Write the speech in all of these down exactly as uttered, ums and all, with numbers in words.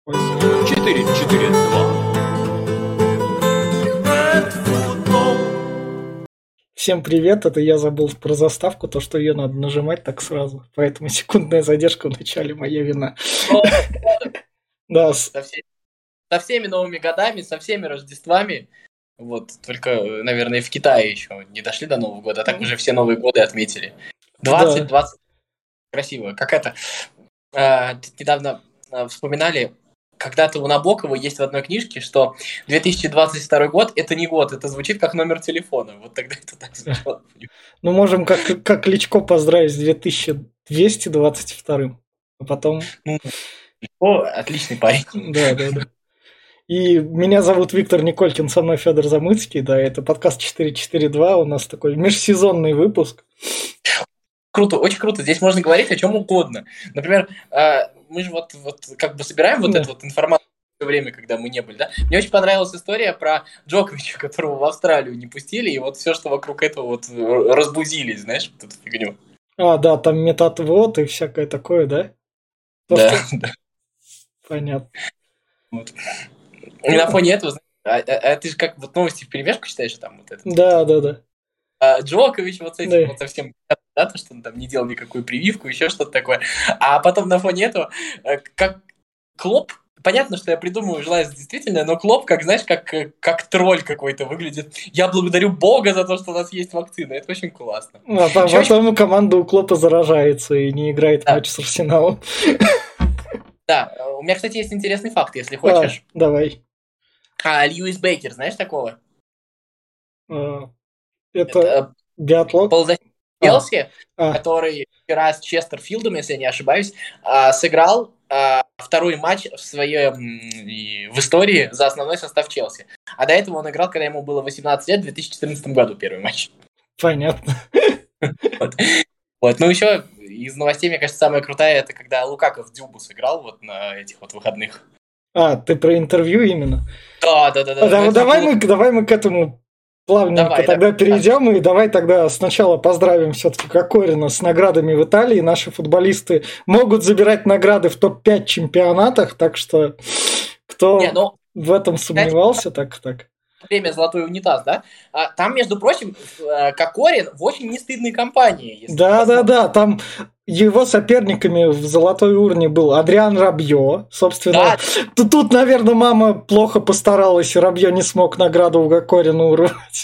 четыре четыре два. Всем привет, это я забыл про заставку, то, что ее надо нажимать так сразу, поэтому секундная задержка в начале моя вина. Да, с- Со, все- со всеми Новыми годами, со всеми Рождествами. Вот, только, наверное, в Китае еще не дошли до Нового года, а так уже все Новые годы отметили. двадцать двадцать. Красиво. Как это? а, тут недавно а, вспоминали, когда-то у Набокова есть в одной книжке, что две тысячи двадцать второй год – это не год, это звучит как номер телефона. Вот тогда это так звучало. ну можем как, как Кличко поздравить с две тысячи двести двадцать вторым, а потом... О, отличный парень. Да, да, да. И меня зовут Виктор Николькин, со мной Федор Замыцкий, да, это подкаст четыре четыре два, у нас такой межсезонный выпуск. Круто, очень круто. Здесь можно говорить о чем угодно. Например, а, мы же вот, вот как бы собираем вот Да. эту вот информацию в то время, когда мы не были, да? Мне очень понравилась история про Джоковича, которого в Австралию не пустили, и вот все, что вокруг этого вот э, разбузились, знаешь, вот эту фигню. А, да, там метатвод и всякое такое, да? То, Да, что- да. Понятно. Вот. И на фоне этого, знаешь, а, а- а ты же как вот новости вперемешку читаешь там вот это. Да, да, да. А Джокович вот с этим Да. вот совсем, да, то, что он там не делал никакую прививку, еще что-то такое. А потом на фоне этого, э, как Клоп, понятно, что я придумываю желательно действительно, но Клоп, как, знаешь, как, э, как тролль какой-то выглядит. Я благодарю Бога за то, что у нас есть вакцина. Это очень классно. А по- Ещё потом команда у Клопа заражается и не играет Да. матч с Арсеналом. Да, э, у меня, кстати, есть интересный факт, если А, хочешь. давай. А, Льюис Бейкер, знаешь такого? А, Это Это биатлон? полузащитник А. Челси, А, который вчера с Честерфилдом, если я не ошибаюсь, а, сыграл а, второй матч в своем и в истории за основной состав Челси. А до этого он играл, когда ему было восемнадцать лет, в две тысячи четырнадцатом году первый матч. понятно. Вот. Вот. Ну, еще из новостей, мне кажется, самая крутая, это когда Лукаков Дзюбу сыграл вот на этих вот выходных. А, ты про интервью именно? Да, да, да. да. А, да- Ну, это давай, было- мы, давай мы к этому плавненько Давай, тогда давай. перейдем. И давай тогда сначала поздравим все-таки Кокорина с наградами в Италии. Наши футболисты могут забирать награды в топ пять чемпионатах, так что кто Не, ну, в этом сомневался, так так. время «Золотой унитаз», да? А, там, между прочим, э, Кокорин в очень нестыдной компании. если Да, да, посмотреть. да, там его соперниками в золотой урне был Адриан Рабье, собственно. Да. Тут, тут, наверное, мама плохо постаралась, и Рабье не смог награду у Кокорина урвать.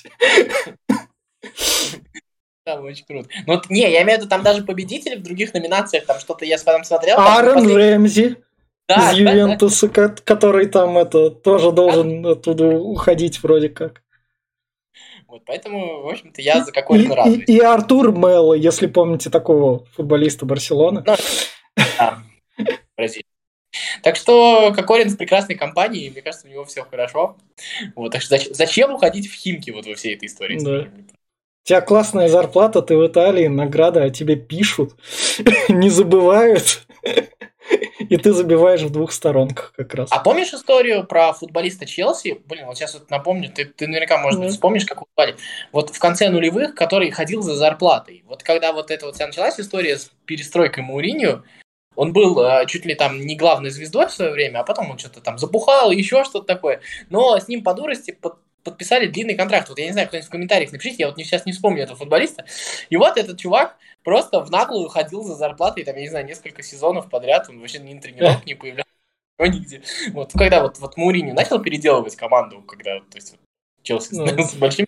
Там очень круто. Ну, вот, не, я имею в виду, там даже победители в других номинациях, там что-то я там смотрел. там Аарон последний- Рэмзи Да, из да, да. Ювентуса, ко- который там это тоже должен оттуда уходить вроде как. Вот, поэтому, в общем-то, я за И, Кокорина и- радуюсь. и Артур Мелло, если помните такого футболиста Барселоны. Ну, Да, Бразилия. Так что Кокорин в прекрасной компании, и мне кажется, у него все хорошо. Вот, так что зач- зачем уходить в Химки вот во всей этой истории? Да. скажи мне? У тебя классная зарплата, ты в Италии, награда, а тебе пишут, не забывают, и ты забиваешь в двух сторонках как раз. А помнишь историю про футболиста Челси? Блин, вот сейчас вот напомню, ты, ты наверняка, может быть, Ну. вспомнишь, как его звали. Вот в конце нулевых, который ходил за зарплатой. Вот когда вот эта вот вся началась история с перестройкой Мауриньо, он был э, чуть ли там не главной звездой в свое время, а потом он что-то там забухал, еще что-то такое. Но с ним по дурости под- подписали длинный контракт. Вот я не знаю, кто-нибудь в комментариях напишите, я вот не- сейчас не вспомню этого футболиста. И вот этот чувак просто в наглую ходил за зарплатой, там, я не знаю, несколько сезонов подряд, он вообще ни на тренировках не появлялся, нигде. Вот когда вот, вот Мауриньо начал переделывать команду, когда, то есть, вот, Челси Ну. становился большим.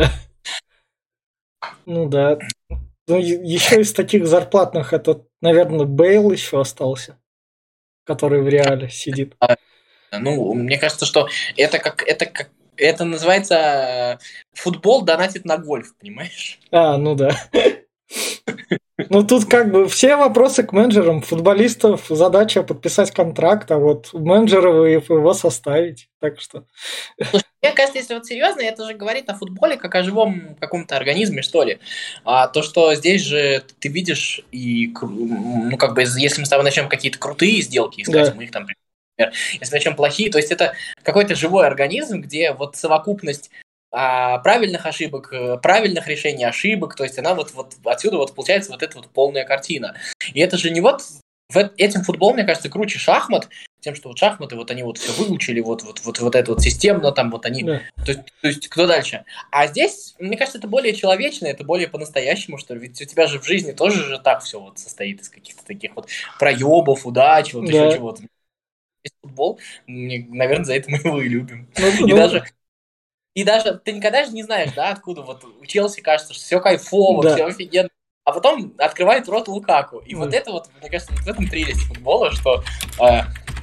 Ну да. Ну, еще из таких зарплатных, это, наверное, Бейл еще остался, который в Реале сидит. Ну, мне кажется, что это как, это как, это называется э, футбол донатит на гольф, понимаешь? А, ну да. Ну тут как бы все вопросы к менеджерам. Футболистов задача подписать контракт, а вот менеджеров его составить. Так что... Мне кажется, если вот серьезно, это же говорит о футболе как о живом каком-то организме, что ли. А то, что здесь же ты видишь, и, кру- ну, как бы, если мы с тобой начнем какие-то крутые сделки искать, Да. мы их там, например, если начнем плохие, то есть это какой-то живой организм, где вот совокупность а, правильных ошибок, э, правильных решений ошибок, то есть она вот, вот отсюда вот получается вот эта вот полная картина. И это же не вот в э- этим футбол, мне кажется, круче шахмат, тем, что вот шахматы, вот они вот все выучили, вот, вот, вот, вот это вот системно, там вот они, Да. то, есть, то есть кто дальше? А здесь, мне кажется, это более человечно, это более по-настоящему, что ли, ведь у тебя же в жизни тоже же так все вот состоит из каких-то таких вот проебов, удач, вот Да. еще чего-то. Футбол, наверное, за это мы его и любим. Ну, и ну, даже И даже ты никогда же не знаешь, да, откуда вот у Челси кажется, что все кайфово, Да. все офигенно, а потом открывает рот Лукаку. И Да. вот это вот, мне кажется, вот в этом прелесть футбола, что, э,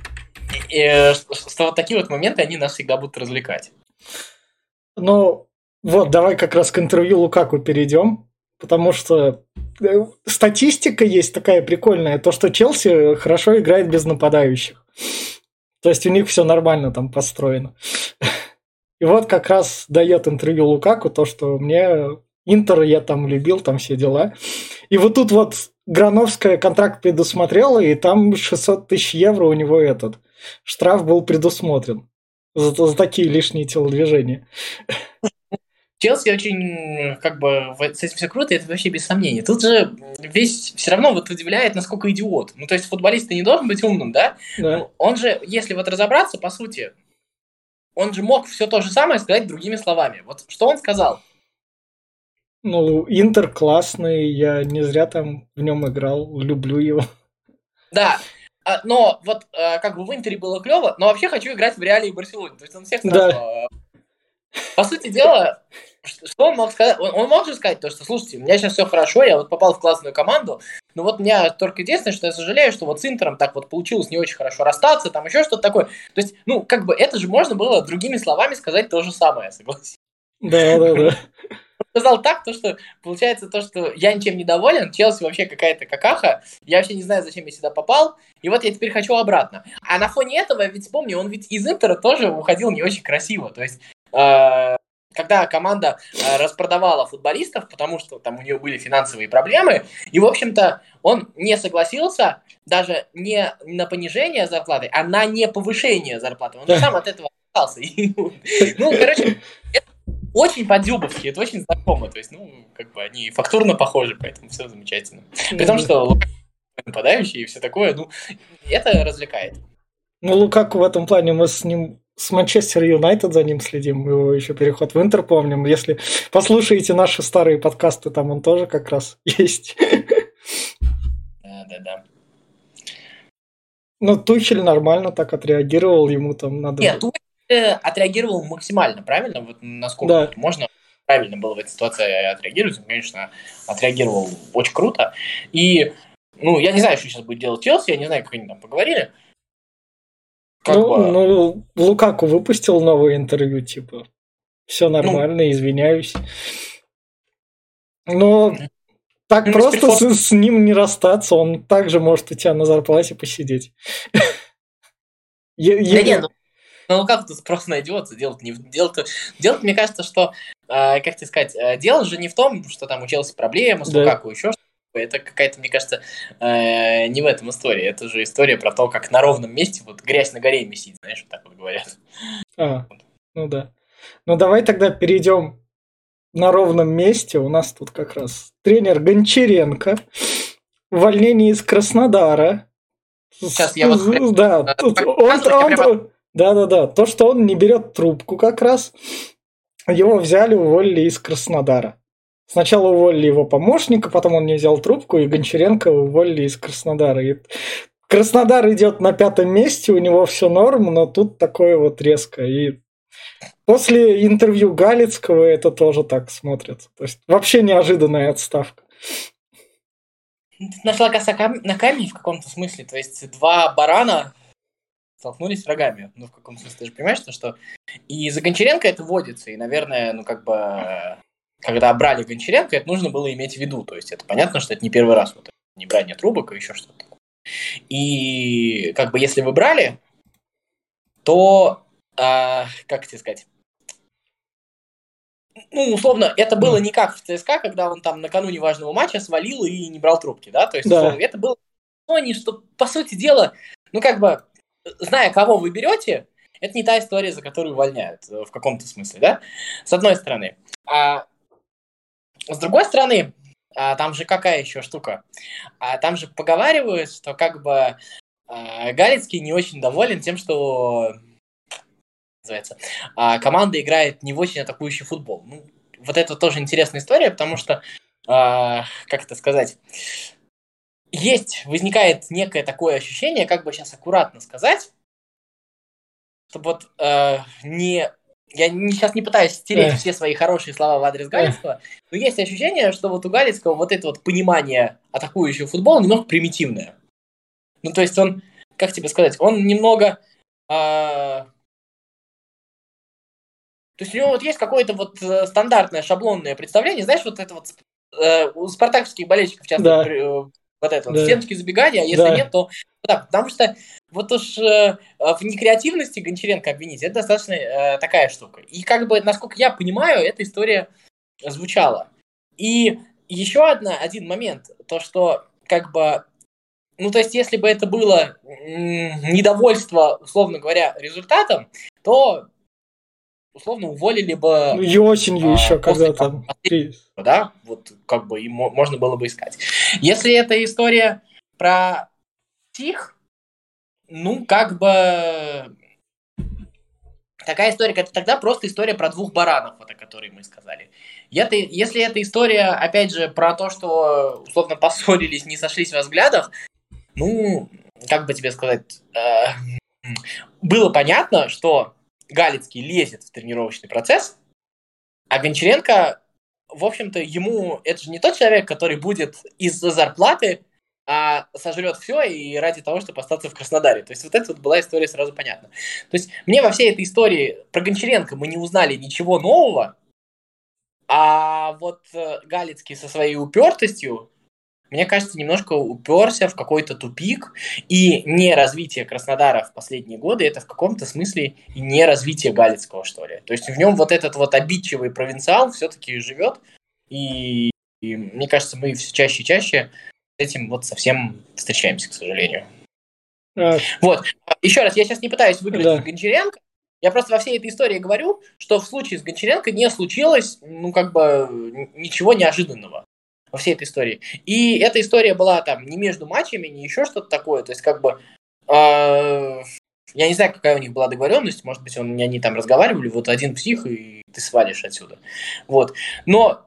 э, что вот такие вот моменты, они нас всегда будут развлекать. Ну, вот, давай как раз к интервью Лукаку перейдем, потому что э, статистика есть такая прикольная, то, что Челси хорошо играет без нападающих. То есть у них все нормально там построено. И вот как раз дает интервью Лукаку то, что мне Интер я там любил, там все дела. И вот тут вот Грановская контракт предусмотрела, и там шестьсот тысяч евро у него этот штраф был предусмотрен за, за такие лишние телодвижения. Челси очень, как бы, с этим все круто, это вообще без сомнений. Тут же весь все равно вот удивляет, насколько идиот. Ну, то есть футболист не должен быть умным, да? Да. Ну, он же, если вот разобраться, по сути, он же мог все то же самое сказать другими словами. Вот что он сказал? Ну, Интер классный, я не зря там в нем играл, люблю его. Да, но вот как бы в Интере было клево, но вообще хочу играть в Реале и Барселоне. То есть он всех сразу... Да. По сути дела, что он мог сказать? Он, он мог же сказать то, что, слушайте, у меня сейчас все хорошо, я вот попал в классную команду, но вот у меня только единственное, что я сожалею, что вот с Интером так вот получилось не очень хорошо расстаться, там еще что-то такое. То есть, ну, как бы это же можно было другими словами сказать то же самое, согласен? Да, да, да. Сказал так, то, что получается то, что я ничем не доволен, Челси вообще какая-то какаха, я вообще не знаю, зачем я сюда попал, и вот я теперь хочу обратно. А на фоне этого, ведь помню, он ведь из Интера тоже уходил не очень красиво, то есть э, когда команда э, распродавала футболистов, потому что там у нее были финансовые проблемы, и, в общем-то, он не согласился даже не на понижение зарплаты, а на не повышение зарплаты. Он же сам от этого остался. Ну, короче, это очень по-дзюбовски, это очень знакомо. То есть, ну, как бы они фактурно похожи, поэтому все замечательно. При том, что нападающий и все такое, ну, это развлекает. Ну, Лукаку в этом плане мы с ним, с Манчестер Юнайтед за ним следим, его еще переход в Интер помним. Если послушаете наши старые подкасты, там он тоже как раз есть. Да, да, да. Ну, Тухель нормально так отреагировал, ему там надо... Нет, Тухель отреагировал максимально правильно, вот насколько Да. вот можно правильно было в этой ситуации отреагировать, он, конечно, отреагировал очень круто. И, ну, я не знаю, что сейчас будет делать Челси, я не знаю, как они там поговорили. Как ну, бы... ну, Лукаку выпустил новое интервью, типа, все нормально, ну, извиняюсь. Но так ну, просто с, с ним не расстаться, он также может у тебя на зарплате посидеть. Да нет, ну, ну как тут спрос найдется? Дело не дело дело мне кажется, что, э, как тебе сказать, э, дело же не в том, что там у Челси проблемы с да. Лукаку, еще что-то. Это какая-то, мне кажется, э, не в этом история. Это же история про то, как на ровном месте вот грязь на горе месить, знаешь, вот так вот говорят. А, ну да. Ну давай тогда перейдем на ровном месте. У нас тут как раз тренер Гончаренко, увольнение из Краснодара. Сейчас я вот... Да, тут он, он, да-да-да. То, что он не берет трубку как раз, его взяли, уволили из Краснодара. Сначала уволили его помощника, потом он не взял трубку, и Гончаренко уволили из Краснодара. И Краснодар идет на пятом месте, у него все норм, но тут такое вот резко. И после интервью Галицкого это тоже так смотрится. То есть вообще неожиданная отставка. Ты нашла коса на камень в каком-то смысле. То есть два барана столкнулись врагами. Ну, в каком смысле, ты же понимаешь, что, что... И за Гончаренко это вводится. И, наверное, ну, как бы... Когда брали Гончаренко, это нужно было иметь в виду. То есть это понятно, что это не первый раз. Вот, не брание трубок и еще что-то такое. И как бы если вы брали, то, а, как тебе сказать, ну, условно, это было не как в ЦСКА, когда он там накануне важного матча свалил и не брал трубки, да? То есть, да. Условно, это было не что, по сути дела, ну, как бы, зная, кого вы берете, это не та история, за которую увольняют в каком-то смысле, да? С одной стороны. А с другой стороны, а, там же какая еще штука? А, там же поговаривают, что как бы а, Галицкий не очень доволен тем, что называется, а, команда играет не в очень атакующий футбол. Ну, вот это тоже интересная история, потому что, а, как это сказать, есть, возникает некое такое ощущение, как бы сейчас аккуратно сказать, чтобы вот э, не... Я не, сейчас не пытаюсь стереть Эх. все свои хорошие слова в адрес Галицкого, но есть ощущение, что вот у Галицкого вот это вот понимание атакующего футбола немного примитивное. Ну, то есть он, как тебе сказать, он немного... Э, То есть у него вот есть какое-то вот э, стандартное шаблонное представление, знаешь, вот это вот э, у спартаковских болельщиков часто Да, при- э, вот это вот да, стеночки забегания, а если да. нет, то да, потому что вот уж э, в некреативности Гончаренко обвинить, это достаточно э, такая штука. И как бы, насколько я понимаю, эта история звучала. И еще одна, один момент, то что как бы, ну то есть если бы это было м, недовольство, условно говоря, результатом, то условно уволили бы Ну, и осенью а, еще, после когда там... при- да, вот как бы и мо- можно было бы искать. Если это история про псих, ну, как бы такая история, это тогда просто история про двух баранов, вот о которой мы сказали. И это, если эта история, опять же, про то, что условно поссорились, не сошлись во взглядах, ну, как бы тебе сказать, э, было понятно, что Галицкий лезет в тренировочный процесс, а Гончаренко, в общем-то, ему это же не тот человек, который будет из-за зарплаты а сожрет все и ради того, чтобы остаться в Краснодаре. То есть вот это вот была история сразу понятна. То есть мне во всей этой истории про Гончаренко мы не узнали ничего нового, а вот э, Галицкий со своей упертостью, мне кажется, немножко уперся в какой-то тупик, и не развитие Краснодара в последние годы, это в каком-то смысле и не развитие Галицкого, что ли. То есть в нем вот этот вот обидчивый провинциал все-таки живет, и, и мне кажется, мы все чаще и чаще с этим вот совсем встречаемся, к сожалению. А, Вот. Еще раз, я сейчас не пытаюсь выиграть да. Гончаренко, я просто во всей этой истории говорю, что в случае с Гончаренко не случилось, ну, как бы, ничего неожиданного во всей этой истории. И эта история была там не между матчами, не еще что-то такое. То есть, как бы, э, я не знаю, какая у них была договоренность, может быть, он, они там разговаривали, вот один псих, и ты свалишь отсюда. Вот. Но,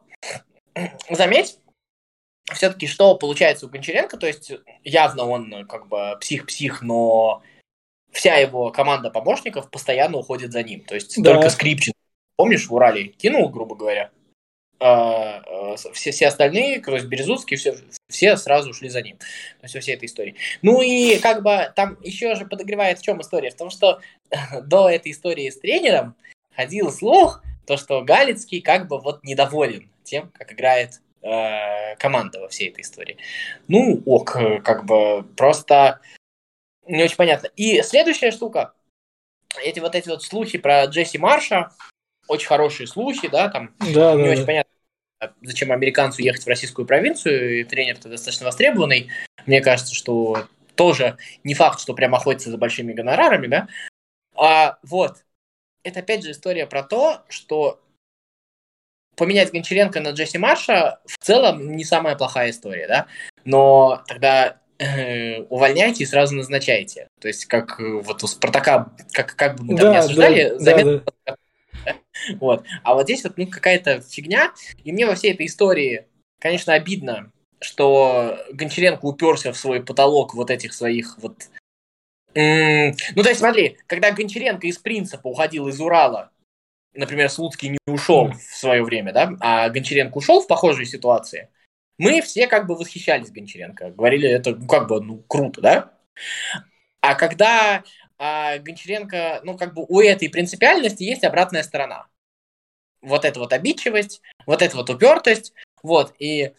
заметь, все-таки, что получается у Гончаренко, то есть, явно он, как бы, псих-псих, но вся его команда помощников постоянно уходит за ним. То есть, Да. только Скрипчин, помнишь, в Урале кинул, грубо говоря, а, а, все, все остальные, то есть Березутский, все, все сразу ушли за ним. То есть во всей этой истории. Ну и как бы там еще же подогревает в чем история? В том, что до этой истории с тренером ходил слух, то, что Галицкий как бы вот недоволен тем, как играет э, команда во всей этой истории. Ну, ок, как бы просто не очень понятно. И следующая штука, эти вот эти вот слухи про Джесси Марша, очень хорошие слухи, да, там Да, не да, очень да. понятно, зачем американцу ехать в российскую провинцию, и тренер-то достаточно востребованный. Мне кажется, что тоже не факт, что прям охотится за большими гонорарами, да. А вот, это опять же история про то, что поменять Гончаренко на Джесси Марша в целом не самая плохая история, да. Но тогда э, увольняйте и сразу назначайте. То есть, как э, вот у Спартака, как, как бы мы там Да, не осуждали, да, замена. да, да. Вот. А вот здесь вот ну, какая-то фигня. И мне во всей этой истории, конечно, обидно, что Гончаренко уперся в свой потолок вот этих своих вот... М- Ну, то есть, смотри, когда Гончаренко из принципа уходил из Урала, например, Слуцкий не ушел М. в свое время, да, а Гончаренко ушел в похожей ситуации, мы все как бы восхищались Гончаренко. Говорили, это ну, как бы ну, круто, да? А когда а, Гончаренко, ну, как бы у этой принципиальности есть обратная сторона. Вот эта вот обидчивость, вот эта вот упертость, вот, и,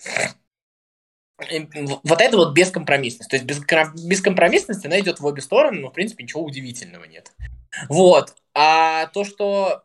и вот это вот бескомпромиссность. То есть без, бескомпромиссность, она идет в обе стороны, но, в принципе, ничего удивительного нет. Вот. А то, что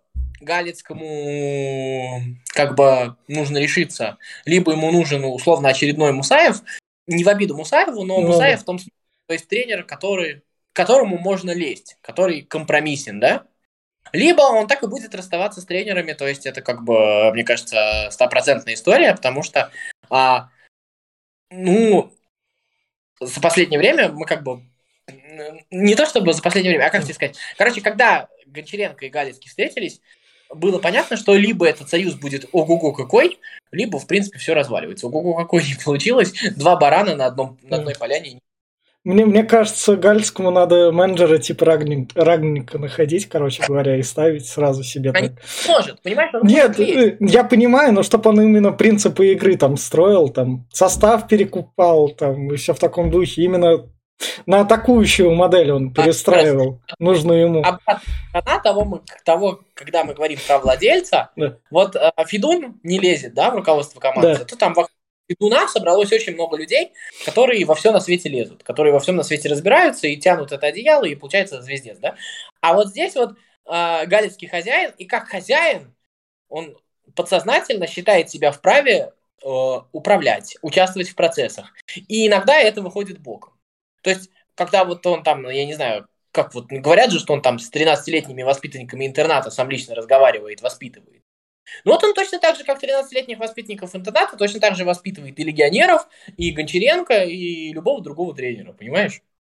Галицкому как бы нужно решиться, либо ему нужен условно очередной Мусаев, не в обиду Мусаеву, но Ну, Мусаев да. в том смысле, то есть тренер, который, к которому можно лезть, который компромиссен, да? Либо он так и будет расставаться с тренерами, то есть это как бы, мне кажется, стопроцентная история, потому что, а, ну, за последнее время мы как бы не то чтобы за последнее время, а как тебе сказать. Короче, когда Гончаренко и Галицкий встретились, было понятно, что либо этот союз будет ого-го какой, либо, в принципе, все разваливается. Ого-го какой не получилось. Два барана на, одном, на одной поляне. Мне, мне кажется, Гальскому надо менеджера типа Рагник, Рагника находить, короче говоря, и ставить сразу себе а так. Не может, понимаешь? Он Нет, может я понимаю, но чтобы он именно принципы игры там строил, там состав перекупал, там и все в таком духе. Именно на атакующую модель он перестраивал а, нужную ему. А того, мы, того, когда мы говорим про владельца, да. Вот а, Федун не лезет, да, в руководство команды, да. Зато там вокруг Федуна собралось очень много людей, которые во все на свете лезут, которые во всем на свете разбираются и тянут это одеяло, и получается звездец, да. А вот здесь вот а, Галицкий хозяин, и как хозяин он подсознательно считает себя вправе э, управлять, участвовать в процессах. И иногда это выходит боком. То есть, когда вот он там, я не знаю, как вот говорят же, что он там с тринадцатилетними воспитанниками интерната сам лично разговаривает, воспитывает. Ну вот он точно так же, как тринадцатилетних воспитанников интерната, точно так же воспитывает и легионеров, и Гончаренко, и любого другого тренера, понимаешь?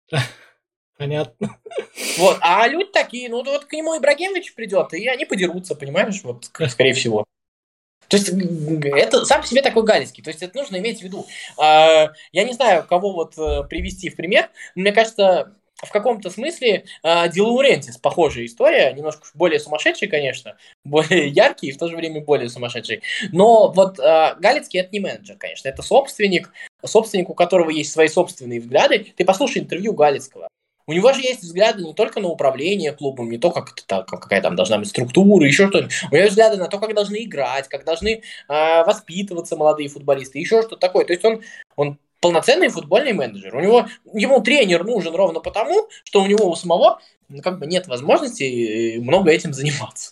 Понятно. Вот, а люди такие, ну вот к нему Ибрагимович придет, и они подерутся, понимаешь, вот, скорее всего. То есть это сам по себе такой Галицкий, то есть это нужно иметь в виду. Я не знаю, кого вот привести в пример, но мне кажется, в каком-то смысле Ди Лаурентис похожая история, немножко более сумасшедший, конечно, более яркий и в то же время более сумасшедший. Но вот Галицкий это не менеджер, конечно, это собственник, собственник, у которого есть свои собственные взгляды. Ты послушай интервью Галицкого. У него же есть взгляды не только на управление клубом, не то, как это, какая там должна быть структура, еще что-нибудь. У него есть взгляды на то, как должны играть, как должны э, воспитываться молодые футболисты, еще что-то такое. То есть он, он полноценный футбольный менеджер. У него, ему тренер нужен ровно потому, что у него у самого ну, как бы нет возможности много этим заниматься.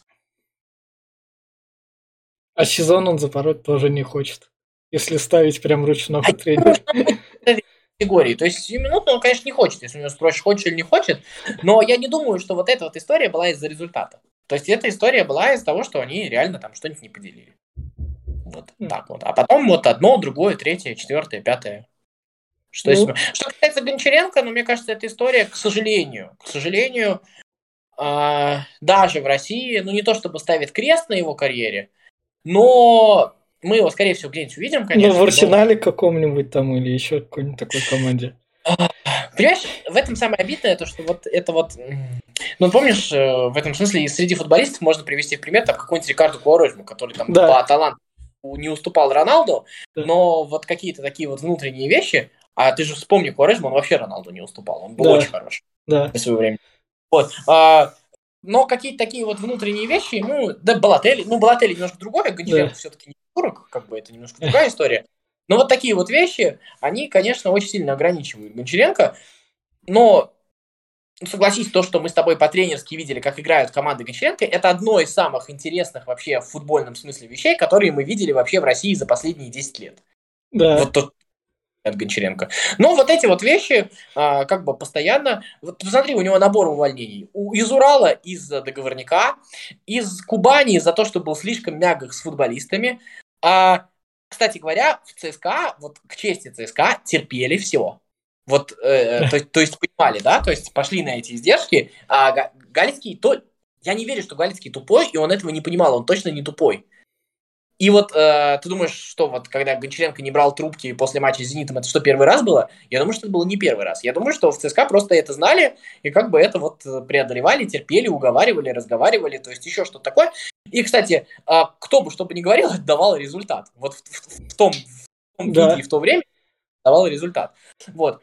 А сезон он запороть тоже не хочет, если ставить прям ручного а тренера. Категории. То есть минутно он, конечно, не хочет, если у него спросишь, хочет или не хочет, но я не думаю, что вот эта вот история была из-за результата. То есть эта история была из-за того, что они реально там что-нибудь не поделили. Вот mm. так вот. А потом вот одно, другое, третье, четвертое, пятое. Что, mm. если... что касается Гончаренко, ну, мне кажется, эта история, к сожалению, к сожалению, э, даже в России, ну, не то чтобы ставит крест на его карьере, но... Мы его, скорее всего, где-нибудь увидим, конечно. Ну, в Арсенале но... каком-нибудь там или еще какой-нибудь такой команде. Понимаешь, в этом самое обидное, то, что вот это вот... Ну, помнишь, в этом смысле среди футболистов можно привести в пример там какой-нибудь Рикардо Куарежму, который там да. по таланту не уступал Роналду, да. но вот какие-то такие вот внутренние вещи, а ты же вспомни Куарежму, он вообще Роналду не уступал, он был да. очень хорош да. в свое время. Вот. А, но какие-то такие вот внутренние вещи, ну, да, Балотелли, ну, Балотелли немножко другое, Гончаренко да. все-таки не турок, как бы это немножко другая история. Но вот такие вот вещи, они, конечно, очень сильно ограничивают Гончаренко, но согласись, то, что мы с тобой по-тренерски видели, как играют команды Гончаренко, это одно из самых интересных вообще в футбольном смысле вещей, которые мы видели вообще в России за последние десять лет. Да. Вот то, от Гончаренко. Но вот эти вот вещи а, как бы постоянно... Вот посмотри, у него набор увольнений. У, из Урала из-за договорника, из Кубани за то, что был слишком мягок с футболистами. А, кстати говоря, в ЦСКА, вот к чести ЦСКА, терпели все. Вот, э, то, то есть понимали, да? То есть пошли на эти издержки. А Галицкий... То, я не верю, что Галицкий тупой, и он этого не понимал. Он точно не тупой. И вот э, ты думаешь, что вот когда Гончаренко не брал трубки после матча с «Зенитом», это что, первый раз было? Я думаю, что это было не первый раз. Я думаю, что в ЦСКА просто это знали и как бы это вот преодолевали, терпели, уговаривали, разговаривали, то есть еще что-то такое. И, кстати, э, кто бы что бы ни говорил, это давало результат. Вот в, в, в том, в том да. виде и в то время давало результат. Вот.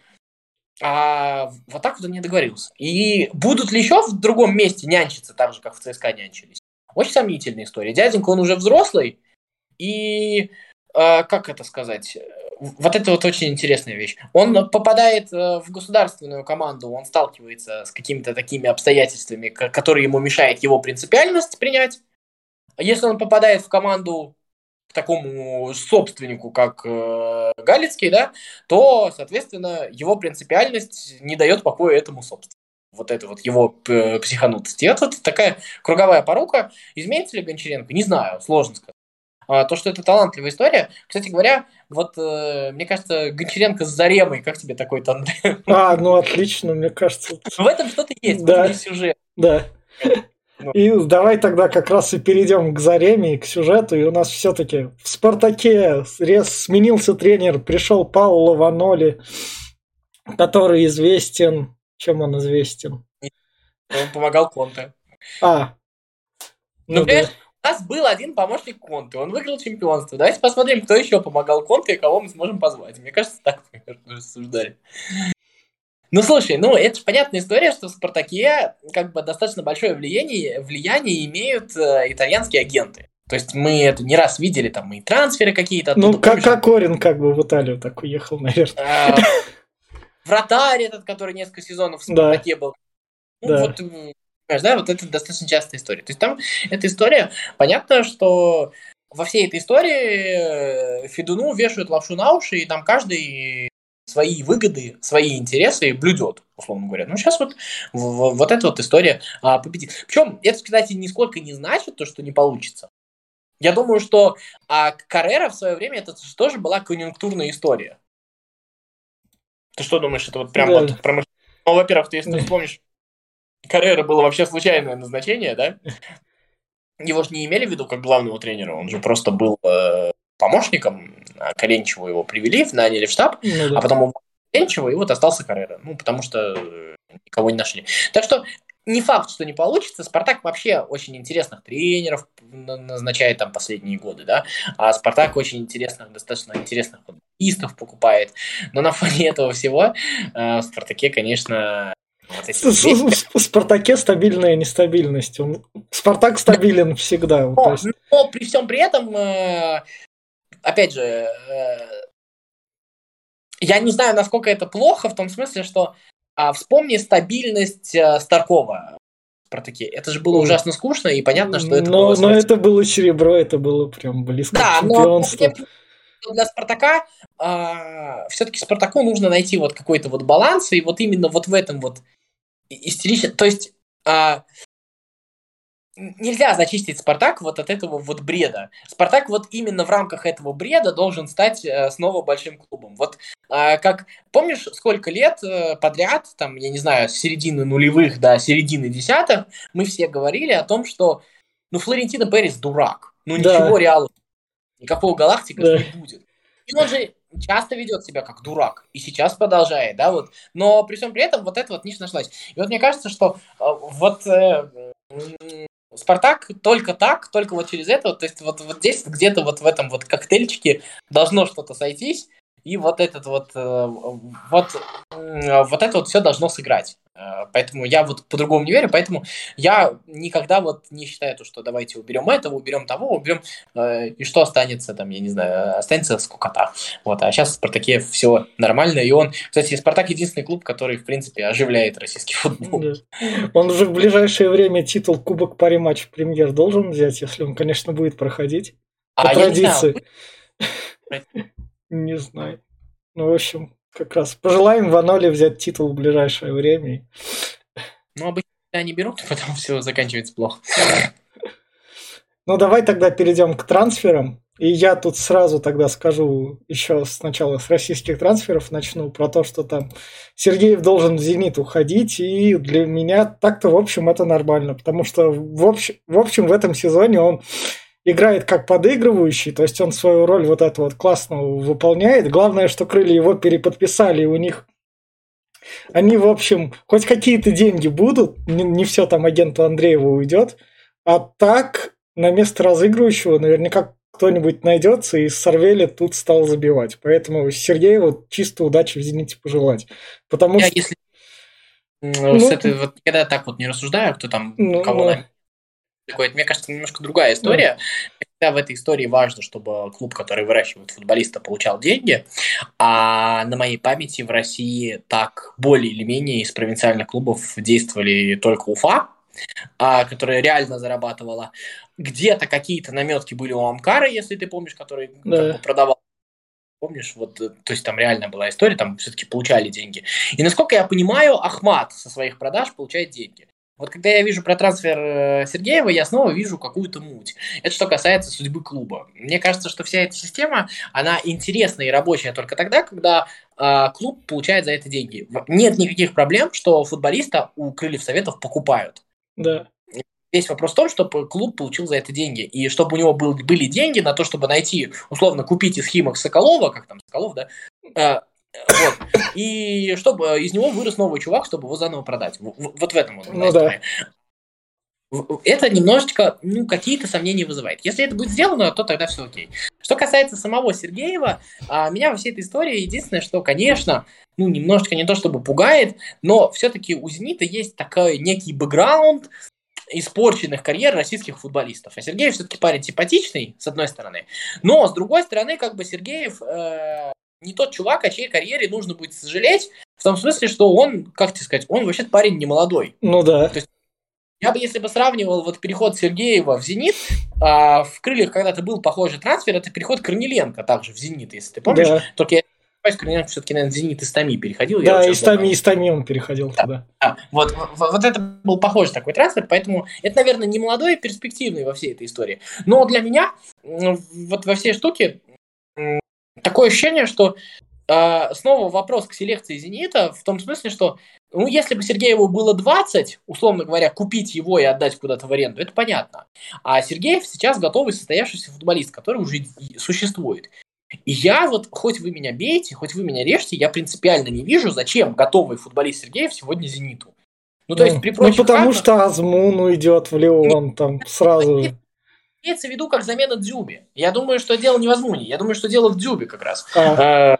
А вот так вот он не договорился. И будут ли еще в другом месте нянчиться так же, как в ЦСКА нянчились? Очень сомнительная история. Дяденька, он уже взрослый. И, э, как это сказать, вот это вот очень интересная вещь. Он попадает э, в государственную команду, он сталкивается с какими-то такими обстоятельствами, которые ему мешают его принципиальность принять. Если он попадает в команду к такому собственнику, как э, Галицкий, да, то, соответственно, его принципиальность не дает покоя этому собственнику. Вот это вот его психанутость. И это вот такая круговая порука. Изменится ли Гончаренко? Не знаю, сложно сказать. а, то, что это талантливая история. Кстати говоря, вот э, мне кажется, Гончаренко с Заремой, как тебе такой тандем? А, ну отлично, мне кажется. В этом что-то есть, Да. есть сюжет. Да. Ну. И давай тогда как раз и перейдем к Зареме и к сюжету. И у нас все-таки в «Спартаке» рез сменился тренер, пришел Пауло Ваноли, который известен... Чем он известен? Он помогал Конте. А. Ну, ну да. У нас был один помощник Конте, он выиграл чемпионство. Давайте посмотрим, кто еще помогал Конте и кого мы сможем позвать. Мне кажется, так мы рассуждали. Ну, слушай, ну, это же понятная история, что в «Спартаке» как бы достаточно большое влияние, влияние имеют э, итальянские агенты. То есть мы это не раз видели, там, и трансферы какие-то. Ну, как Кокорин как бы в Италию так уехал, наверное. Вратарь этот, который несколько сезонов в «Спартаке» был. Ну, вот, понимаешь, да, вот это достаточно частая история. То есть там эта история, понятно, что во всей этой истории Федуну вешают лапшу на уши, и там каждый свои выгоды, свои интересы блюдет, условно говоря. Ну, сейчас вот, вот эта вот история а, победит. Причем это, кстати, нисколько не значит то, что не получится. Я думаю, что а, Каррера в свое время это тоже была конъюнктурная история. Ты что думаешь, это вот прям да. вот промышление? Ну, во-первых, ты, если ты вспомнишь, Каррера было вообще случайное назначение, да? Его же не имели в виду как главного тренера, он же просто был э, помощником, а Коленчеву его привели, наняли в штаб, ну, да. а потом уволили Коленчева, и вот остался Каррера, ну, потому что никого не нашли. Так что не факт, что не получится. «Спартак» вообще очень интересных тренеров назначает там последние годы, да, а «Спартак» очень интересных, достаточно интересных футболистов покупает, но на фоне этого всего э, в «Спартаке», конечно... Вот в «Спартаке» стабильная нестабильность. Он... «Спартак» стабилен всегда. Но, то есть... но при всем при этом, э, опять же, э, я не знаю, насколько это плохо, в том смысле, что э, вспомни стабильность э, Старкова в «Спартаке». Это же было Ой. ужасно скучно, и понятно, что это но, было... Но это было серебро, это было прям близко да, к чемпионству. Но для «Спартака» э, все-таки «Спартаку» нужно найти вот какой-то вот баланс, и вот именно вот в этом вот истерично, то есть а, нельзя зачистить «Спартак» вот от этого вот бреда. «Спартак» вот именно в рамках этого бреда должен стать а, снова большим клубом. Вот а, как, помнишь, сколько лет подряд, там, я не знаю, с середины нулевых до середины десятых, мы все говорили о том, что, ну, Флорентино Перес дурак, ну, да. ничего реального, никакого Галактика да. не будет. И он же часто ведет себя как дурак, и сейчас продолжает, да, вот, но при всем при этом вот эта вот ниша нашлась. И вот мне кажется, что э, вот э, э, «Спартак» только так, только вот через это, то есть вот, вот здесь где-то вот в этом вот коктейльчике должно что-то сойтись, и вот этот вот, э, вот, э, вот это вот все должно сыграть. Поэтому я вот по-другому не верю, поэтому я никогда вот не считаю то, что давайте уберем этого, уберем того, уберем, э, и что останется там, я не знаю, останется скукота. Вот, а сейчас в «Спартаке» все нормально, и он, кстати, «Спартак» единственный клуб, который, в принципе, оживляет российский футбол. Да. Он уже в ближайшее время титул Кубок Пари Матч Премьер должен взять, если он, конечно, будет проходить. По а традиции. Не знаю. не знаю. Ну, в общем... Как раз пожелаем Ваноли взять титул в ближайшее время. Ну, обычно они берут, потом все заканчивается плохо. Ну, давай тогда перейдем к трансферам. И я тут сразу тогда скажу еще сначала с российских трансферов начну про то, что там Сергеев должен в «Зенит» уходить. И для меня так-то, в общем, это нормально. Потому что, в общем, в, общем, в этом сезоне он... играет как подыгрывающий, то есть он свою роль вот эту вот классно выполняет. Главное, что крылья его переподписали, и у них они, в общем, хоть какие-то деньги будут, не, не все там агенту Андрееву уйдет, а так на место разыгрывающего наверняка кто-нибудь найдется, и Сарвели тут стал забивать. Поэтому Сергееву чисто удачи в «Зените» пожелать. Потому Я, что... если ну, с этой, вот, когда я так вот не рассуждаю, кто там, ну, кого ну... такое, мне кажется, немножко другая история. Всегда в этой истории важно, чтобы клуб, который выращивает футболиста, получал деньги. А на моей памяти в России так более или менее из провинциальных клубов действовали только Уфа, которая реально зарабатывала. Где-то какие-то наметки были у Амкара, если ты помнишь, который да. как бы продавал. Помнишь, вот, то есть там реально была история, там все-таки получали деньги. И насколько я понимаю, Ахмат со своих продаж получает деньги. Вот когда я вижу про трансфер Сергеева, я снова вижу какую-то муть. Это что касается судьбы клуба. Мне кажется, что вся эта система, она интересная и рабочая только тогда, когда э, клуб получает за это деньги. Нет никаких проблем, что футболиста у Крыльев Советов покупают. Да. Весь вопрос в том, чтобы клуб получил за это деньги. И чтобы у него был, были деньги на то, чтобы найти, условно, купить из Химок Соколова, как там Соколов, да, э, вот. И чтобы из него вырос новый чувак, чтобы его заново продать. Вот в этом вот. Ну, да. Это немножечко, ну, какие-то сомнения вызывает. Если это будет сделано, то тогда все окей. Что касается самого Сергеева, меня во всей этой истории единственное, что, конечно, ну, немножечко не то чтобы пугает, но все-таки у «Зенита» есть такой некий бэкграунд испорченных карьер российских футболистов. А Сергеев все-таки парень симпатичный, с одной стороны, но с другой стороны, как бы Сергеев э, не тот чувак, о чьей карьере нужно будет сожалеть, в том смысле, что он, как тебе сказать, он вообще парень не молодой. Ну да. То есть, я бы, если бы сравнивал вот переход Сергеева в «Зенит», а в «Крыльях» когда-то был похожий трансфер, это переход Корниленко также в «Зенит», если ты помнишь. Да. Только я Корниленко все-таки, наверное, в «Зенит» из Томи переходил. Да, из Томи, из Томи он переходил да. туда. Да. Вот, вот, вот это был похожий такой трансфер, поэтому это, наверное, не молодой и перспективный во всей этой истории. Но для меня вот во всей штуке такое ощущение, что э, снова вопрос к селекции «Зенита» в том смысле, что ну, если бы Сергееву было двадцать, условно говоря, купить его и отдать куда-то в аренду, это понятно. А Сергеев сейчас готовый состоявшийся футболист, который уже существует. И я вот, хоть вы меня бейте, хоть вы меня режьте, я принципиально не вижу, зачем готовый футболист Сергеев сегодня «Зениту». Ну, то есть, при прочих ну потому равных... что Азмун уйдет в Леон там сразу. Имеется в виду как замена Дзюбе. Я думаю, что дело не в Азмуне, я думаю, что дело в Дзюбе как раз. А.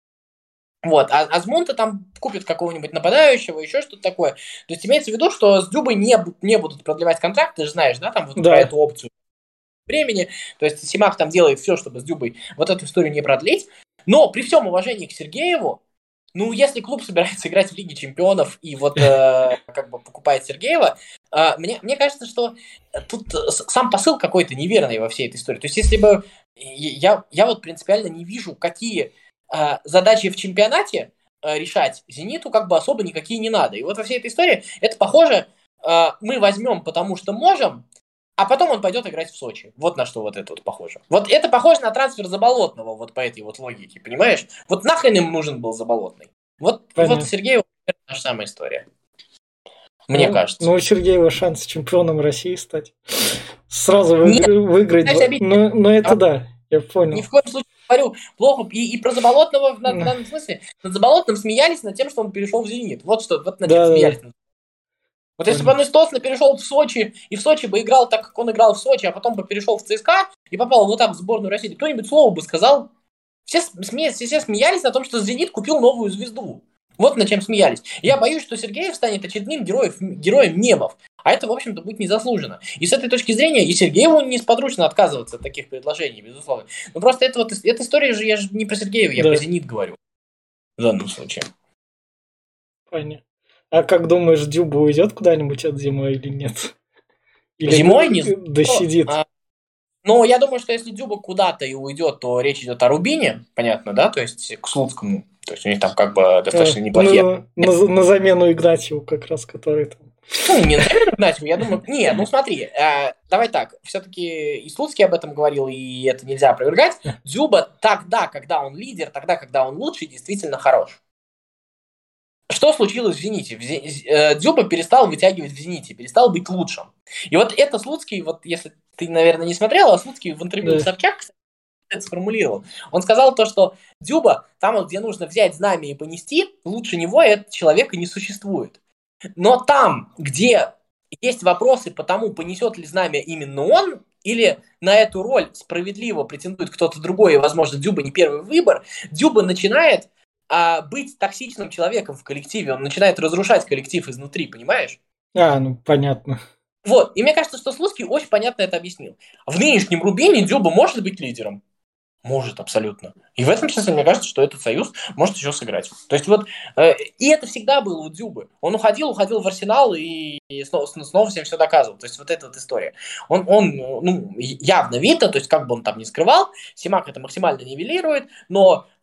Вот, а Азмун-то там купит какого-нибудь нападающего, еще что-то такое. То есть имеется в виду, что с Дзюбой не, не будут продлевать контракт, ты же знаешь, да, там вот да. про эту опцию времени. То есть Симак там делает все, чтобы с Дзюбой вот эту историю не продлить. Но при всем уважении к Сергееву, ну, если клуб собирается играть в Лиге Чемпионов и вот э, как бы покупает Сергеева, э, мне, мне кажется, что тут сам посыл какой-то неверный во всей этой истории. То есть если бы я, я вот принципиально не вижу, какие э, задачи в чемпионате э, решать «Зениту» как бы особо никакие не надо. И вот во всей этой истории это похоже, э, мы возьмем, потому что можем, а потом он пойдет играть в Сочи. Вот на что вот это вот похоже. Вот это похоже на трансфер Заболотного, вот по этой вот логике, понимаешь? Вот нахрен им нужен был Заболотный. Вот, вот Сергеева та же самая история. Мне ну, кажется. Ну, у Сергеева шанс чемпионом России стать. Сразу вы, Нет, выиграть. Но, но это а, да, я понял. Ни в коем случае не говорю плохо. И, и про Заболотного в, на, в данном смысле. Над Заболотным смеялись над тем, что он перешел в «Зенит». Вот что, вот над чем да, смеялись. Да. Вот если бы он из Тосна перешел в Сочи, и в Сочи бы играл так, как он играл в Сочи, а потом бы перешел в ЦСКА и попал вот так в сборную России, кто-нибудь слово бы сказал. Все, сме- все смеялись на том, что «Зенит» купил новую звезду. Вот над чем смеялись. Я боюсь, что Сергеев станет очередным героем, героем мемов. А это, в общем-то, будет незаслуженно. И с этой точки зрения и Сергееву несподручно отказываться от таких предложений, безусловно. Но просто это вот, эта история же, я же не про Сергеева, я да. про «Зенит» говорю. В данном случае. Понятно. А как думаешь, Дзюба уйдет куда-нибудь от зимы или нет? Или зимой не досидит? А, но я думаю, что если Дзюба куда-то и уйдет, то речь идет о Рубине, понятно, да? То есть к Слуцкому. То есть у них там как бы достаточно а, неплохие. На, на, на замену Игнатьеву как раз, который там. Ну, не на замену Игнатьеву, я думаю. Нет, ну смотри, э, давай так. Все-таки и Слуцкий об этом говорил, и это нельзя опровергать. Дзюба тогда, когда он лидер, тогда, когда он лучший, действительно хорош. Что случилось в «Зените»? Дзюба перестал вытягивать в «Зените», перестал быть лучшим. И вот это Слуцкий, вот если ты, наверное, не смотрел, а Слуцкий в интервью да. Собчак это сформулировал. Он сказал то, что Дзюба, там вот, где нужно взять знамя и понести, лучше него этот человека не существует. Но там, где есть вопросы по тому, понесет ли знамя именно он, или на эту роль справедливо претендует кто-то другой, и, возможно, Дзюба не первый выбор, Дзюба начинает а быть токсичным человеком в коллективе, он начинает разрушать коллектив изнутри, понимаешь? А, ну понятно. Вот, и мне кажется, что Слуцкий очень понятно это объяснил. В нынешнем Рубине Дзюба может быть лидером? Может, абсолютно. И в этом смысле мне кажется, что этот союз может еще сыграть. То есть вот, э, и это всегда было у Дзюбы. Он уходил, уходил в Арсенал и, и снова, снова всем все доказывал. То есть вот эта вот история. Он, он ну, явно видно, то есть как бы он там ни скрывал, Симак это максимально нивелирует, но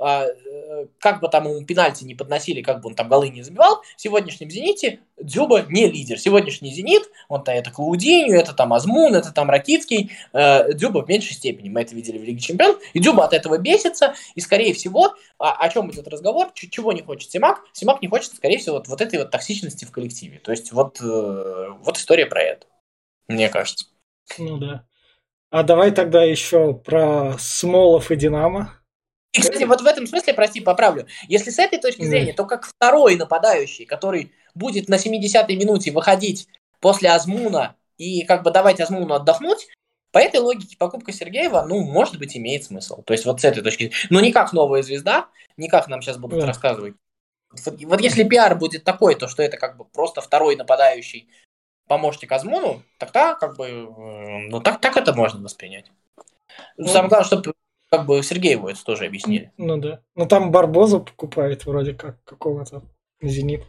как бы там ему пенальти не подносили, как бы он там голы не забивал, в сегодняшнем «Зените» Дзюба не лидер. Сегодняшний «Зенит», он-то это Клаудиньо, это там Азмун, это там Ракицкий, Дзюба в меньшей степени. Мы это видели в Лиге Чемпионов. И Дзюба от этого бесится, и, скорее всего, о, о чем идет разговор, чего не хочет Симак? Симак не хочет, скорее всего, вот, вот этой вот токсичности в коллективе. То есть вот, вот история про это, мне кажется. Ну да. А давай тогда еще про Смолов и Динамо. И, кстати, вот в этом смысле, прости, поправлю, если с этой точки зрения, то как второй нападающий, который будет на семидесятой минуте выходить после Азмуна и как бы давать Азмуну отдохнуть, по этой логике покупка Сергеева, ну, может быть, имеет смысл. То есть вот с этой точки зрения. Но не как новая звезда, не как нам сейчас будут да. рассказывать. Вот, вот если пиар будет такой, то что это как бы просто второй нападающий помощник Азмуну, тогда как бы, ну, так, так это можно воспринять. Ну, самое главное, чтобы как бы Сергееву это тоже объяснили. Ну да. Ну там Барбозу покупает вроде как какого-то «Зенит».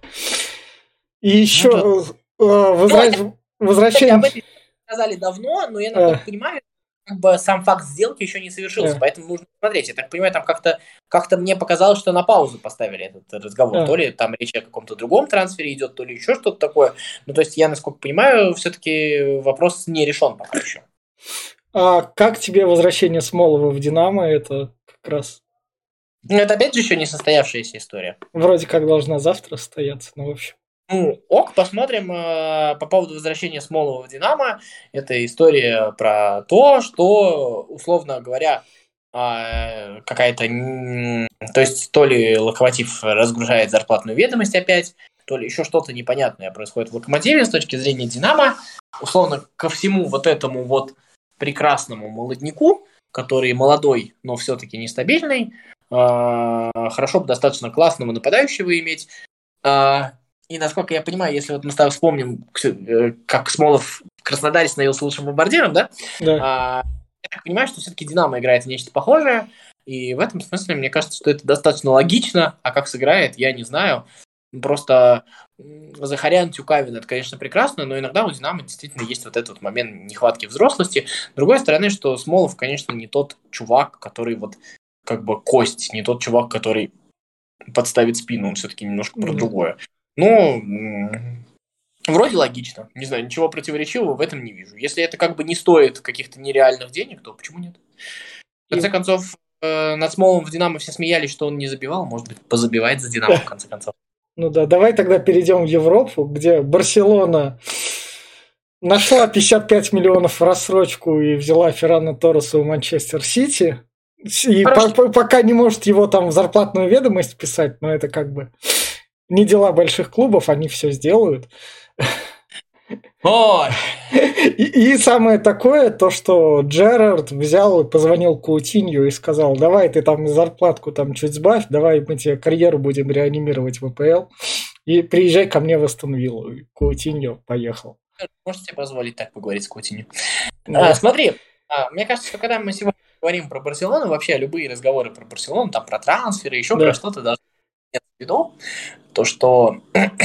И еще ну, да. возра... ну, возвращение... Об этом сказали давно, но я насколько а. понимаю, как бы сам факт сделки еще не совершился, а. поэтому нужно смотреть. Я так понимаю, там как-то, как-то мне показалось, что на паузу поставили этот разговор. А. То ли там речь о каком-то другом трансфере идет, то ли еще что-то такое. Ну то есть я, насколько понимаю, все-таки вопрос не решен пока еще. А как тебе возвращение Смолова в «Динамо»? Это как раз... Ну, это опять же еще не состоявшаяся история. Вроде как должна завтра состояться, ну, в общем. Ну, ок, посмотрим. Э, по поводу возвращения Смолова в «Динамо». Это история про то, что, условно говоря, э, какая-то... То есть, то ли «Локомотив» разгружает зарплатную ведомость опять, то ли еще что-то непонятное происходит в «Локомотиве» с точки зрения «Динамо». Условно, ко всему вот этому вот прекрасному молодняку, который молодой, но все-таки нестабильный. Э, хорошо бы достаточно классного нападающего иметь. Э, и, насколько я понимаю, если вот мы с тобой вспомним, как Смолов в Краснодаре становился лучшим бомбардиром, да? Да. Э, я так понимаю, что все-таки «Динамо» играет в нечто похожее. И в этом смысле, мне кажется, что это достаточно логично. А как сыграет, я не знаю. Просто Захарян, Тюкавин, это, конечно, прекрасно, но иногда у «Динамо» действительно есть вот этот вот момент нехватки взрослости. С другой стороны, что Смолов, конечно, не тот чувак, который вот как бы кость, не тот чувак, который подставит спину, он все-таки немножко про mm-hmm. другое. Но вроде логично. Не знаю, ничего противоречивого в этом не вижу. Если это как бы не стоит каких-то нереальных денег, то почему нет? В конце концов, над Смоловым в «Динамо» все смеялись, что он не забивал. Может быть, позабивает за «Динамо» в конце концов. Ну да, давай тогда перейдем в Европу, где Барселона нашла пятьдесят пять миллионов в рассрочку и взяла Феррана Торреса у Манчестер Сити. И по- пока не может его там в зарплатную ведомость писать, но это как бы не дела больших клубов, они все сделают. Ой. И, и самое такое, то, что Джерард взял и позвонил Каутинью и сказал, давай ты там зарплатку там чуть сбавь, давай мы тебе карьеру будем реанимировать в АПЛ, и приезжай ко мне в Астон Виллу. И Каутиньо поехал. Можете себе позволить так поговорить с Каутинью? Да. А, смотри, а, мне кажется, что когда мы сегодня говорим про Барселону, вообще любые разговоры про Барселону, там про трансферы, еще да. про что-то должны иметь в виду, то, что...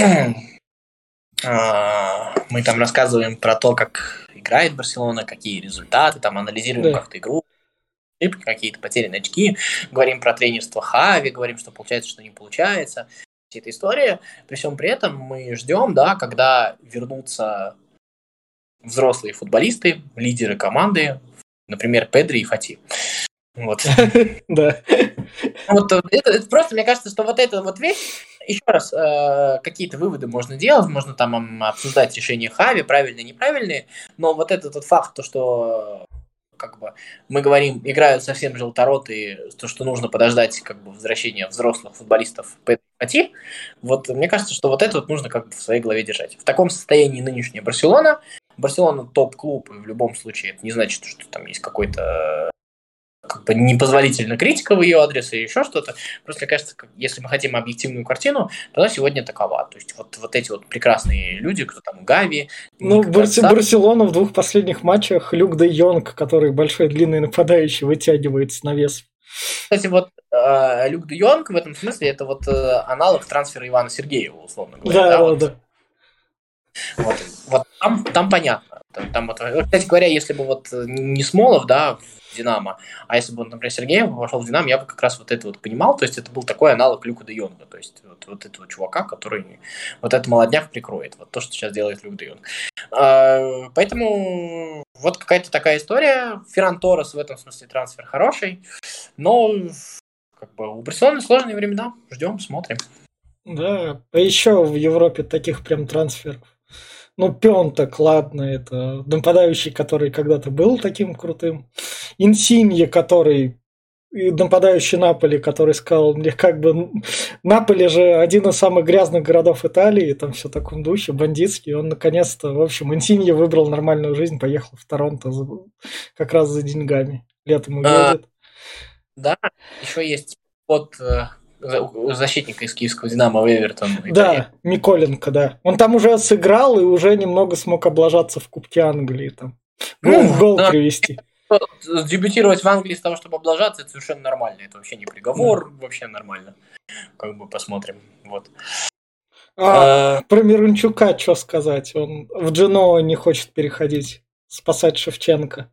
мы там рассказываем про то, как играет Барселона, какие результаты, там анализируем да. как-то игру, какие-то потерянные очки, говорим про тренерство Хави, говорим, что получается, что не получается. Вся эта история. При всем при этом мы ждем, да, когда вернутся взрослые футболисты, лидеры команды, например, Педри и Фати. Вот. Да. Вот это, это просто, мне кажется, что вот эта вот вещь, еще раз, э, какие-то выводы можно делать, можно там обсуждать решения Хави, правильные, неправильные, но вот этот вот факт, то, что как бы мы говорим, играют совсем желторотые, то, что нужно подождать как бы возвращения взрослых футболистов Педри и Фати, вот мне кажется, что вот это вот нужно как бы в своей голове держать. В таком состоянии нынешняя Барселона, Барселона топ-клуб, и в любом случае это не значит, что там есть какой-то как бы непозволительно критика в ее адрес и еще что-то. Просто, мне кажется, если мы хотим объективную картину, то она сегодня такова. То есть вот, вот эти вот прекрасные люди, кто там Гави. Ну, Барс- Барселона в двух последних матчах Люк де Йонг, который большой длинный нападающий, вытягивается на вес. Кстати, вот э, Люк де Йонг в этом смысле это вот э, аналог трансфера Ивана Сергеева, условно говоря. Да, да, да, вот. да. Вот, вот там, там понятно. там, вот, кстати говоря, если бы вот не Смолов, да, в Динамо, а если бы, например, Сергеев пошел в Динамо, я бы как раз вот это вот понимал, то есть это был такой аналог Люка де Йонга, то есть вот, вот этого чувака, который вот этот молодняк прикроет, вот то, что сейчас делает Люк де Йонг. А, поэтому вот какая-то такая история. Ферран Торрес в этом смысле трансфер хороший, но как бы у Барселоны сложные времена, ждем, смотрим. Да, а еще в Европе таких прям трансферов. Ну, Пёнтек, ладно, это нападающий, который когда-то был таким крутым. Инсинье, который нападающий Наполи, который сказал мне, как бы, Наполи же один из самых грязных городов Италии, там все в таком духе, бандитский. Он наконец-то, в общем, Инсинье выбрал нормальную жизнь, поехал в Торонто за, как раз за деньгами. Летом уедет. А, да, еще есть под защитника из киевского Динамо в Эвертон. Да, Миколенко, да. Он там уже сыграл и уже немного смог облажаться в Кубке Англии. Там. Ну, ну гол да. привести. Дебютировать в Англии с того, чтобы облажаться, это совершенно нормально. Это вообще не приговор, да. вообще нормально. Как бы посмотрим. Вот. А, а... Про Мирончука что сказать? Он в Дженоа не хочет переходить, спасать Шевченко.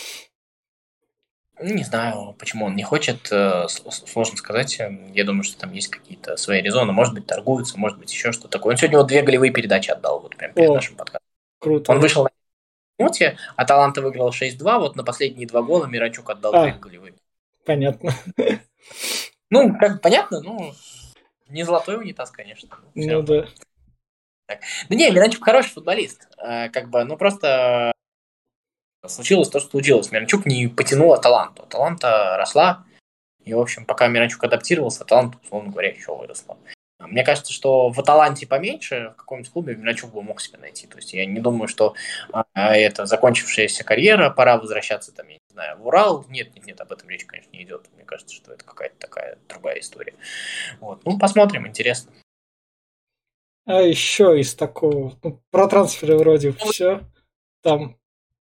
Не знаю, почему он не хочет, сложно сказать. Я думаю, что там есть какие-то свои резоны. Может быть, торгуются, может быть, еще что-то такое. Он сегодня вот две голевые передачи отдал, вот прямо перед О, нашим подкастом. Круто. Он вышел на минуте, а Аталанта выиграл шесть-два. Вот на последние два гола Миранчук отдал а, две голевые. Понятно. Ну, как понятно, ну, не золотой унитаз, конечно. Ну да. Так. Да не, Миранчук хороший футболист. Как бы, ну просто... Случилось то, что случилось. Миранчук не потянул Аталанту. Аталанта росла, и, в общем, пока Миранчук адаптировался, Аталанта, условно говоря, еще выросла. Мне кажется, что в Аталанте поменьше, в каком-нибудь клубе Миранчук бы мог себе найти. То есть я не думаю, что а, это закончившаяся карьера, пора возвращаться, там, я не знаю, в Урал. Нет, нет, нет, об этом речь, конечно, не идет. Мне кажется, что это какая-то такая другая история. Вот. Ну, посмотрим, интересно. А еще из такого, ну, про трансферы вроде ну, все. Там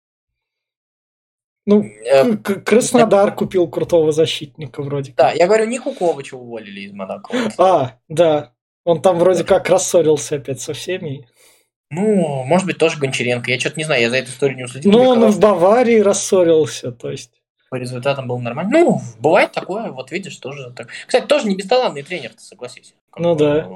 Ну, э, Краснодар купил крутого защитника вроде да, как. Я говорю, не Куковича уволили из Монако. А, да. Он там вроде да. как рассорился опять со всеми. Ну, может быть, тоже Гончаренко. Я что-то не знаю, я за эту историю не уследил. Ну, он в Баварии рассорился, то есть. По результатам был нормально. Ну, бывает такое, вот видишь, тоже так. Кстати, тоже не бесталанный тренер, согласись. Ну да.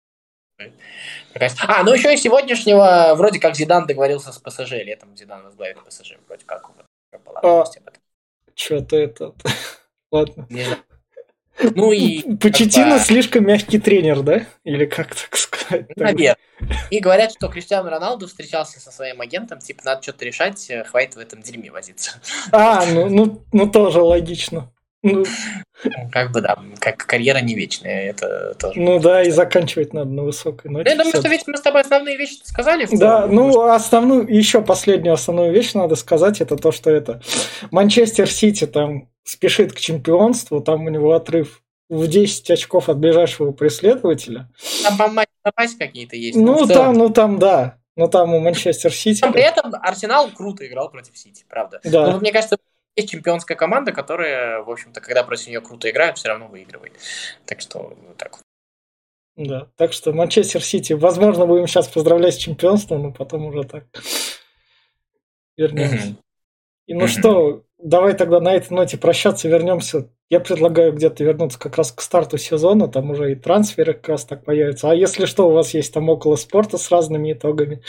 А, ну еще и сегодняшнего, вроде как Зидан договорился с ПСЖ, летом Зидан возглавит ПСЖ, вроде как. А, что-то это... Ладно. Ну и... Почеттино как бы... слишком мягкий тренер, да? Или как так сказать? Наверное. И говорят, что Криштиану Роналду встречался со своим агентом, типа, надо что-то решать, хватит в этом дерьме возиться. А, ну, ну, ну тоже логично. Ну... Как бы да, как карьера не вечная, это тоже. Ну да, и заканчивать надо на высокой ноте. Я думаю, что ведь мы с тобой основные вещи сказали. Да, ну что... основную, еще последнюю основную вещь надо сказать, это то, что это Манчестер Сити там спешит к чемпионству, там у него отрыв в десять очков от ближайшего преследователя. Там по матчу попасть какие-то есть. Ну, ну там, ну там, да. Но там у Манчестер Сити... Но при этом Арсенал круто играл против Сити, правда. Да. Но, мне кажется, есть чемпионская команда, которая, в общем-то, когда против нее круто играют, все равно выигрывает. Так что, вот так вот. Да, так что Манчестер Сити, возможно, будем сейчас поздравлять с чемпионством, но потом уже так вернемся. Mm-hmm. И ну mm-hmm. что, давай тогда на этой ноте прощаться, вернемся. Я предлагаю где-то вернуться как раз к старту сезона, там уже и трансферы как раз так появятся. А если что, у вас есть там около спорта с разными итогами.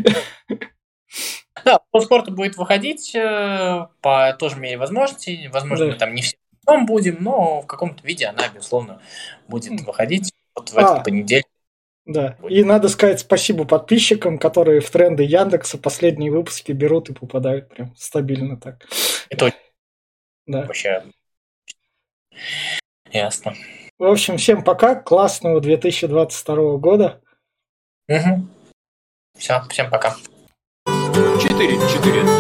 Да, по спорту будет выходить э, по тоже мере возможностей. Возможно, да. мы там не все будем, но в каком-то виде она, безусловно, будет выходить вот в а, этот понедельник. Да, будет. И надо сказать спасибо подписчикам, которые в тренды Яндекса последние выпуски берут и попадают прям стабильно так. Это да. Вообще ясно. В общем, всем пока, классного две тысячи двадцать второго года. Угу. Все, всем пока. четыре четыре